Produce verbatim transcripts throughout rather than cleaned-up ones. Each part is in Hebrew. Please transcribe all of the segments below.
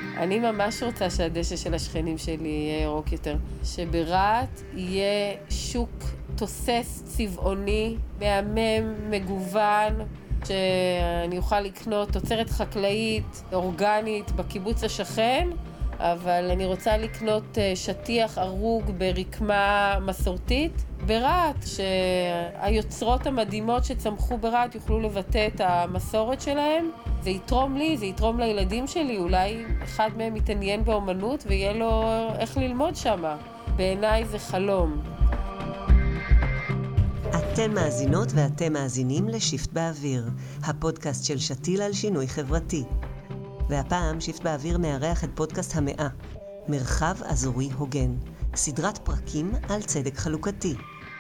אני ממש רוצה שהדשא של השכנים שלי יהיה ירוק יותר. שברעת יהיה שוק תוסס צבעוני, מהמם, מגוון, שאני אוכל לקנות תוצרת חקלאית, אורגנית, בקיבוץ השכן, אבל אני רוצה לקנות שטיח ארוג ברקמה מסורתית ברעת, שהיוצרות המדהימות שצמחו ברעת יוכלו לבטא את המסורת שלהם. זה יתרום לי, זה יתרום לילדים שלי, אולי אחד מהם יתעניין באומנות ויהיה לו איך ללמוד שמה. בעיניי זה חלום. אתם מאזינות ואתם מאזינים לשיפט באוויר, הפודקאסט של שתיל על שינוי חברתי. והפעם שיפט באוויר מארח את פודקאסט המאה, מרחב אזורי הוגן, סדרת פרקים על צדק חלוקתי.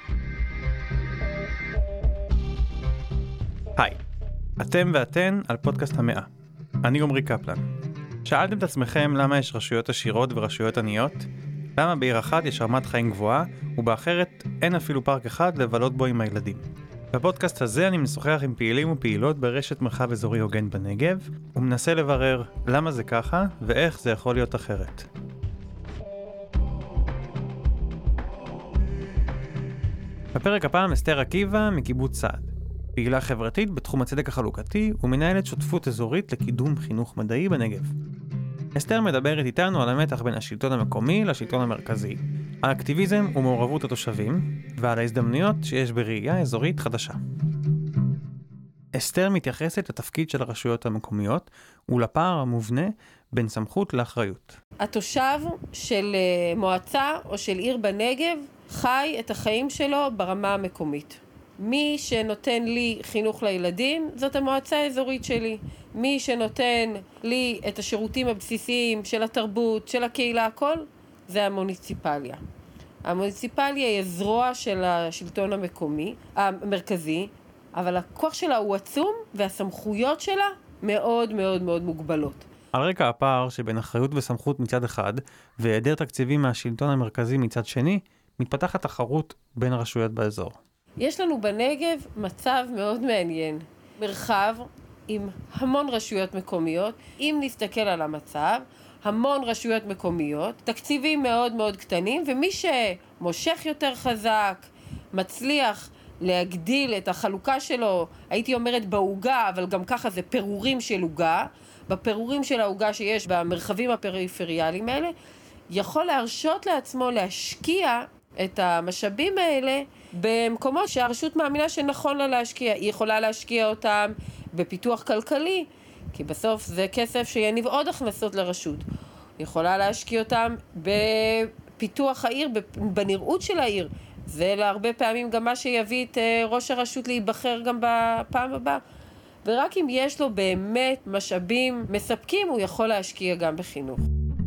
היי, אתם ואתן על פודקאסט המאה. אני עומרי קפלן. שאלתם את עצמכם למה יש רשויות עשירות ורשויות עניות? למה בעיר אחת יש רמת חיים גבוהה, ובאחרת אין אפילו פארק אחד לבלות בו עם הילדים? בפודקאסט הזה אני משוחח עם פעילים ופעילות ברשת מרחב אזורי הוגן בנגב, ומנסה לברר למה זה ככה ואיך זה יכול להיות אחרת. בפרק הפעם אסתר עקיבא מקיבוץ סעד, פעילה חברתית בתחום הצדק החלוקתי ומנהלת שותפות אזורית לקידום חינוך מדעי בנגב. אסתר מדברת איתנו על המתח בין השלטון המקומי לשלטון המרכזי, על אקטיביזם ומעורבות התושבים, ועל ההזדמנויות שיש בראייה אזורית חדשה. אסתר מתייחסת לתפקיד של הרשויות המקומיות ולפער המובנה בין סמכות לאחריות. התושב של מועצה או של עיר בנגב חי את החיים שלו ברמה המקומית. מי שנותן לי חינוך לילדים, זאת המועצה האזורית שלי. מי שנותן לי את השירותים הבסיסיים של התרבות, של הקהילה, הכל, זה המוניציפליה. המוניציפליה היא זרוע של השלטון המקומי, המרכזי, אבל הכוח שלה הוא עצום, והסמכויות שלה מאוד מאוד מאוד מוגבלות. על רקע הפער שבין אחריות וסמכות מצד אחד, והיעדר תקציבים מהשלטון המרכזי מצד שני, מתפתחת תחרות בין הרשויות באזור. יש לנו בנגב מצב מאוד מעניין. מרחב עם המון רשויות מקומיות. אם נסתכל על המצב, המון רשויות מקומיות, תקציבים מאוד מאוד קטנים, ומי שמושך יותר חזק, מצליח להגדיל את החלוקה שלו, הייתי אומרת בעוגה, אבל גם ככה זה פירורים של עוגה, בפירורים של העוגה שיש במרחבים הפריפריאליים האלה, יכול להרשות לעצמו להשקיע את המשאבים האלה במקומות שהרשות מאמינה שנכון לה להשקיע. היא יכולה להשקיע אותם בפיתוח כלכלי, כי בסוף זה כסף שיניב עוד הכנסות לרשות. היא יכולה להשקיע אותם בפיתוח העיר, בנראות של העיר. זה להרבה פעמים גם מה שיביא את ראש הרשות להיבחר גם בפעם הבאה. ורק אם יש לו באמת משאבים מספקים, הוא יכול להשקיע גם בחינוך.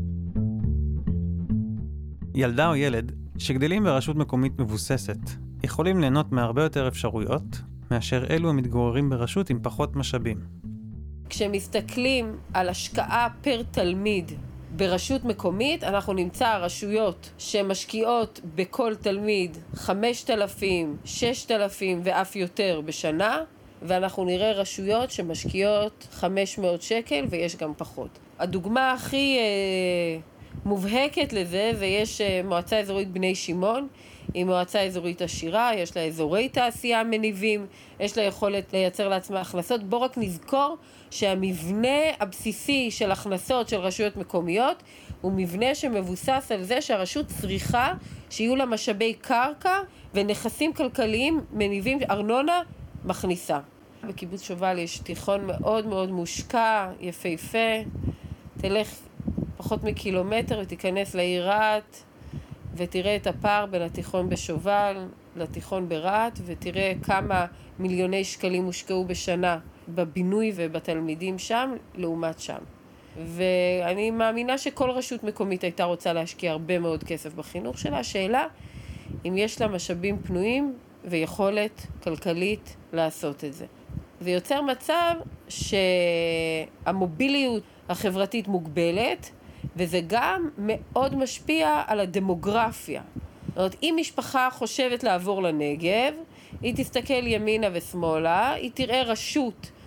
ילדה או ילד שגדלים ברשות מקומית מבוססת, יכולים ליהנות מהרבה יותר אפשרויות, מאשר אלו המתגוררים ברשות עם פחות משאבים. כשמסתכלים על השקעה פר תלמיד ברשות מקומית, אנחנו נמצא רשויות שמשקיעות בכל תלמיד חמשת אלפים, ששת אלפים ואף יותר בשנה, ואנחנו נראה רשויות שמשקיעות חמש מאות שקל ויש גם פחות. הדוגמה הכי אה, מובהקת לזה, ויש אה, מועצה אזורית בני שמעון, היא מועצה אזורית עשירה, יש לה אזורי תעשייה מניבים, יש לה יכולת לייצר לעצמה הכנסות. בוא רק נזכור שהמבנה הבסיסי של הכנסות של רשויות מקומיות הוא מבנה שמבוסס על זה שהרשות צריכה שיהיו לה משאבי קרקע ונכסים כלכליים מניבים, ארנונה מכניסה. בקיבוץ שובל יש תיכון מאוד מאוד מושקע, יפהפה, תלך פחות מקילומטר ותיכנס לעיר רהט, ותראה את הפער בין התיכון בשובל לתיכון ברהט, ותראה כמה מיליוני שקלים הושקעו בשנה בבינוי ובתלמידים שם, לעומת שם. ואני מאמינה שכל רשות מקומית הייתה רוצה להשקיע הרבה מאוד כסף בחינוך שלה. השאלה, אם יש לה משאבים פנויים ויכולת כלכלית לעשות את זה. זה יוצר מצב שהמוביליות החברתית מוגבלת, וזה גם מאוד משפיע על הדמוגרפיה. זאת אומרת, אם משפחה חושבת לעבור לנגב, היא תסתכל ימינה ושמאלה, היא תראה רשות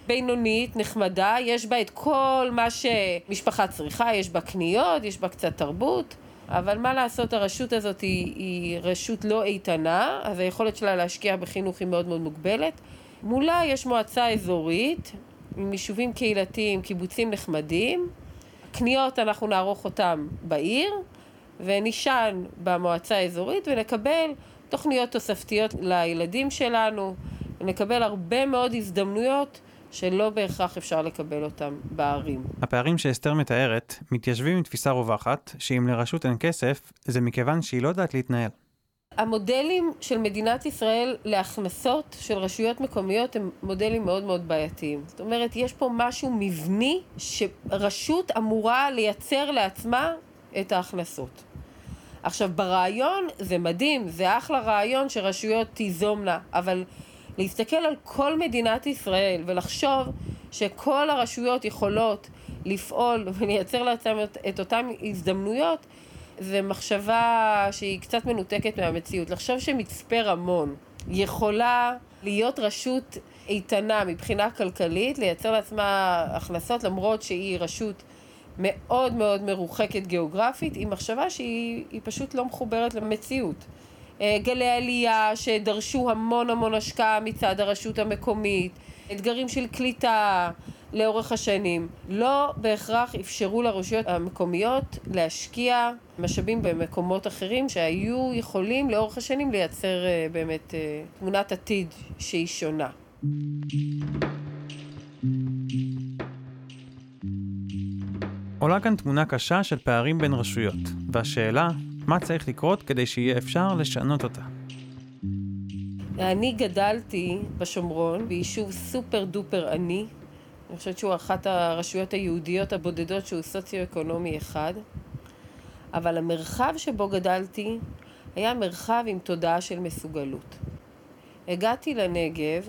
בינונית, נחמדה, יש בה את כל מה שמשפחה צריכה, יש בה קניות, יש בה קצת תרבות, אבל מה לעשות, הרשות הזאת היא, היא רשות לא איתנה, אז היכולת שלה להשקיע בחינוך היא מאוד מאוד מוגבלת. מולה יש מועצה אזורית, עם יישובים קהילתיים, קיבוצים נחמדים. קניות אנחנו נערוך אותם בעיר, ונשען במועצה האזורית ונקבל תוכניות תוספתיות לילדים שלנו, ונקבל הרבה מאוד הזדמנויות שלא בהכרח אפשר לקבל אותם בערים. הפערים שאסתר מתארת מתיישבים עם תפיסה רווחת, שאם לרשות אין כסף, זה מכיוון שהיא לא יודעת להתנהל. המודלים של מדינת ישראל להכנסות של רשויות מקומיות הם מודלים מאוד מאוד בעייתיים. זאת אומרת, יש פה משהו מבני שרשות אמורה לייצר לעצמה את ההכנסות. עכשיו, ברעיון זה מדהים, זה אחלה רעיון שרשויות תיזומנה, אבל להסתכל על כל מדינת ישראל ולחשוב שכל הרשויות יכולות לפעול ולייצר לעצמם את אותן הזדמנויות, זה מחשבה שהיא קצת מנותקת מהמציאות. לחשוב שמצפה רמון יכולה להיות רשות איתנה מבחינה כלכלית, לייצר לעצמה הכנסות למרות שהיא רשות מאוד מאוד מרוחקת גיאוגרפית, היא מחשבה שהיא היא פשוט לא מחוברת למציאות. גלי עלייה שדרשו המון המון השקעה מצד הרשות המקומית, אתגרים של קליטה לאורך השנים, לא בהכרח אפשרו לרשויות המקומיות להשקיע משאבים במקומות אחרים שהיו יכולים לאורך השנים לייצר באמת תמונת עתיד שהיא שונה. עולה כאן תמונה קשה של פערים בין רשויות, והשאלה, מה צריך לקרות כדי שיהיה אפשר לשנות אותה? אני גדלתי בשומרון, ביישוב סופר דופר עני. אני חושבת שהוא אחת הרשויות היהודיות הבודדות שהוא סוציו-אקונומי אחד. אבל המרחב שבו גדלתי היה מרחב עם תודעה של מסוגלות. הגעתי לנגב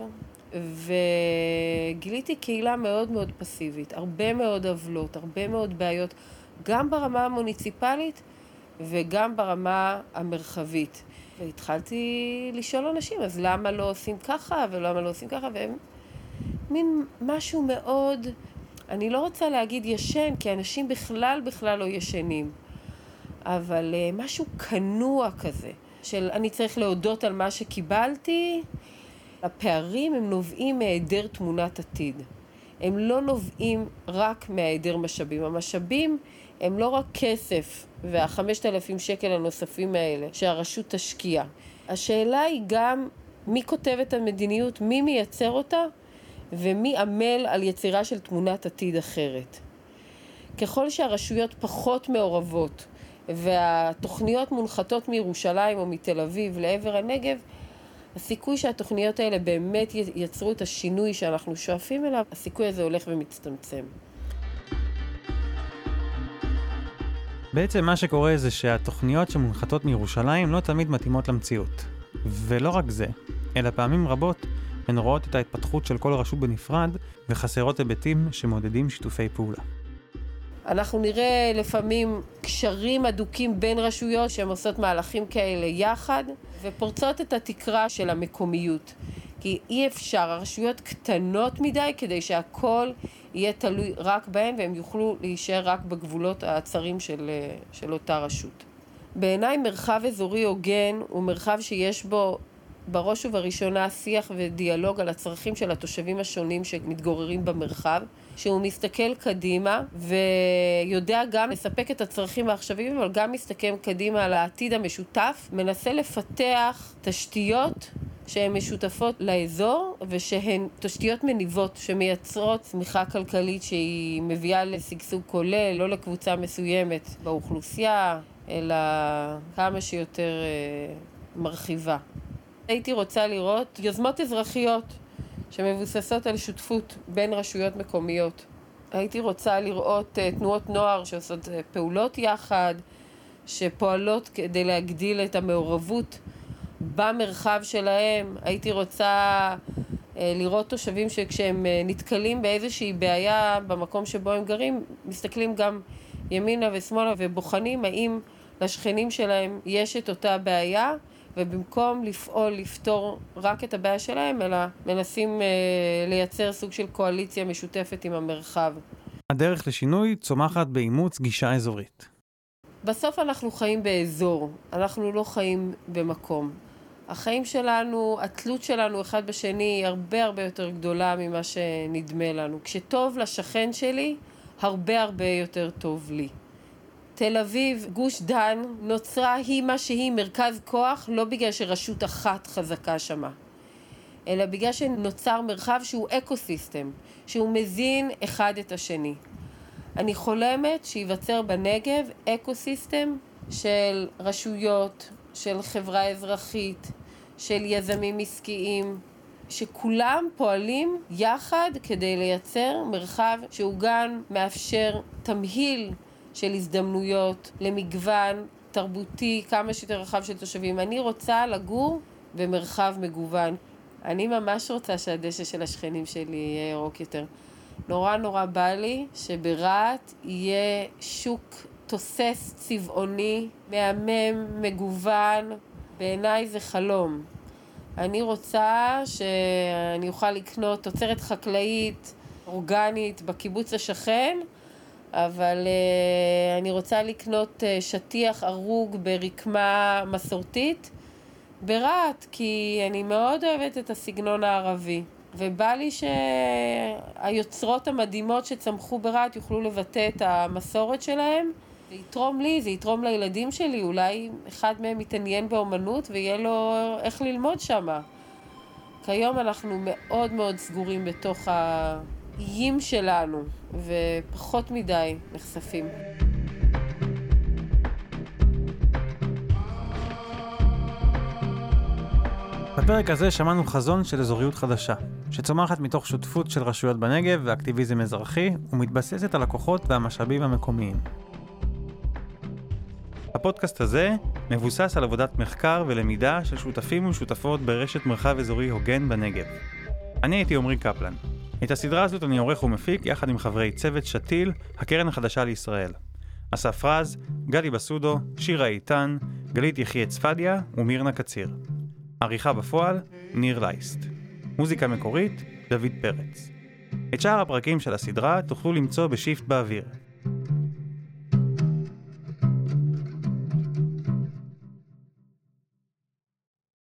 וגיליתי קהילה מאוד מאוד פסיבית, הרבה מאוד עוולות, הרבה מאוד בעיות, גם ברמה המוניציפלית וגם ברמה המרחבית. והתחלתי לשאול אנשים, אז למה לא עושים ככה ולמה לא עושים ככה? והם מין משהו מאוד, אני לא רוצה להגיד ישן, כי אנשים בכלל בכלל לא ישנים, אבל משהו קנוע כזה, של אני צריך להודות על מה שקיבלתי. הפערים הם נובעים מהיעדר תמונת עתיד. הם לא נובעים רק מהיעדר משאבים. המשאבים הם לא רק כסף והחמשת אלפים שקל הנוספים האלה שהרשות תשקיע. השאלה היא גם מי כותב את המדיניות, מי מייצר אותה, ומי עמל על יצירה של תמונת עתיד אחרת. ככל שהרשויות פחות מעורבות והתוכניות מונחתות מירושלים או מתל אביב לעבר הנגב, הסיכוי שהתוכניות האלה באמת יצרו את השינוי שאנחנו שואפים אליו, הסיכוי הזה הולך ומצטמצם. בעצם מה שקורה זה שהתוכניות שמונחתות מירושלים לא תמיד מתאימות למציאות. ולא רק זה, אלא פעמים רבות הן רואות את ההתפתחות של כל רשות בנפרד וחסרות היבטים שמעודדים שיתופי פעולה. אנחנו נראה לפעמים קשרים אדוקים בין רשויות שהן עושות מהלכים כאלה יחד ופורצות את התקרה של המקומיות. כי אי אפשר, הרשויות קטנות מדי כדי שהכל יהיה תלוי רק בהן והם יוכלו להישאר רק בגבולות הצרים של, של אותה רשות. בעיניי מרחב אזורי הוגן הוא מרחב שיש בו בראש ובראשונה שיח ודיאלוג על הצרכים של התושבים השונים שמתגוררים במרחב, שהוא מסתכל קדימה ויודע גם לספק את הצרכים העכשוויים, אבל גם מסתכל קדימה על העתיד המשותף, מנסה לפתח תשתיות שהן משותפות לאזור ושהן תשתיות מניבות שמייצרות צמיחה כלכלית שהיא מביאה לשגשוג כולל, לא לקבוצה מסוימת באוכלוסייה, אלא כמה שיותר מרחיבה. הייתי רוצה לראות יוזמות אזרחיות שמבוססות על שותפות בין רשויות מקומיות. הייתי רוצה לראות תנועות נוער שעושות פעולות יחד, שפועלות כדי להגדיל את המעורבות במרחב שלהם. הייתי רוצה לראות תושבים שכשהם נתקלים באיזושהי בעיה במקום שבו הם גרים, מסתכלים גם ימינה ושמאלה ובוחנים האם לשכנים שלהם יש את אותה בעיה, ובמקום לפעול, לפתור רק את הבעיה שלהם, אלא מנסים אה, לייצר סוג של קואליציה משותפת עם המרחב. הדרך לשינוי צומחת באימוץ גישה אזורית. בסוף אנחנו חיים באזור, אנחנו לא חיים במקום. החיים שלנו, התלות שלנו אחד בשני היא הרבה הרבה יותר גדולה ממה שנדמה לנו. כשטוב לשכן שלי, הרבה הרבה יותר טוב לי. תל אביב, גוש דן, נוצרה היא מה שהיא מרכז כוח, לא בגלל שרשות אחת חזקה שמה, אלא בגלל שנוצר מרחב שהוא אקוסיסטם, שהוא מזין אחד את השני. אני חולמת שיווצר בנגב אקוסיסטם של רשויות, של חברה אזרחית, של יזמים עסקיים, שכולם פועלים יחד כדי לייצר מרחב שהוא גם מאפשר תמהיל של הזדמנויות למגוון תרבותי כמה שיותר רחב של תושבים. אני רוצה לגור במרחב מגוון. אני ממש רוצה שהדשא של השכנים שלי יהיה ירוק יותר. נורא נורא בא לי שברעת יהיה שוק תוסס צבעוני, מהמם, מגוון. בעיניי זה חלום. אני רוצה שאני אוכל לקנות תוצרת חקלאית, אורגנית, בקיבוץ השכן, אבל uh, אני רוצה לקנות uh, שטיח ארוג ברקמה מסורתית ברעת, כי אני מאוד אוהבת את הסגנון הערבי. ובא לי שהיוצרות המדהימות שצמחו ברעת יוכלו לבטא את המסורת שלהם. זה יתרום לי, זה יתרום לילדים שלי, אולי אחד מהם יתעניין באומנות ויהיה לו איך ללמוד שמה. כיום אנחנו מאוד מאוד סגורים בתוך האיים שלנו, ופחות מדי נחשפים. בפרק הזה שמענו חזון של אזוריות חדשה, שצומחת מתוך שותפות של רשויות בנגב ואקטיביזם אזרחי, ומתבססת על הכוחות והמשאבים המקומיים. הפודקאסט הזה מבוסס על עבודת מחקר ולמידה של שותפים ושותפות ברשת מרחב אזורי הוגן בנגב. אני הייתי עומרי קפלן. את הסדרה הזאת אני עורך ומפיק יחד עם חברי צוות שתיל, הקרן החדשה לישראל. אסף רז, גלי בסודו, שירה איתן, גלית יחיה צפדיה ומירנה קציר. עריכה בפועל, ניר לייסט. מוזיקה מקורית, דוד פרץ. את שאר הפרקים של הסדרה תוכלו למצוא בשיפט באוויר,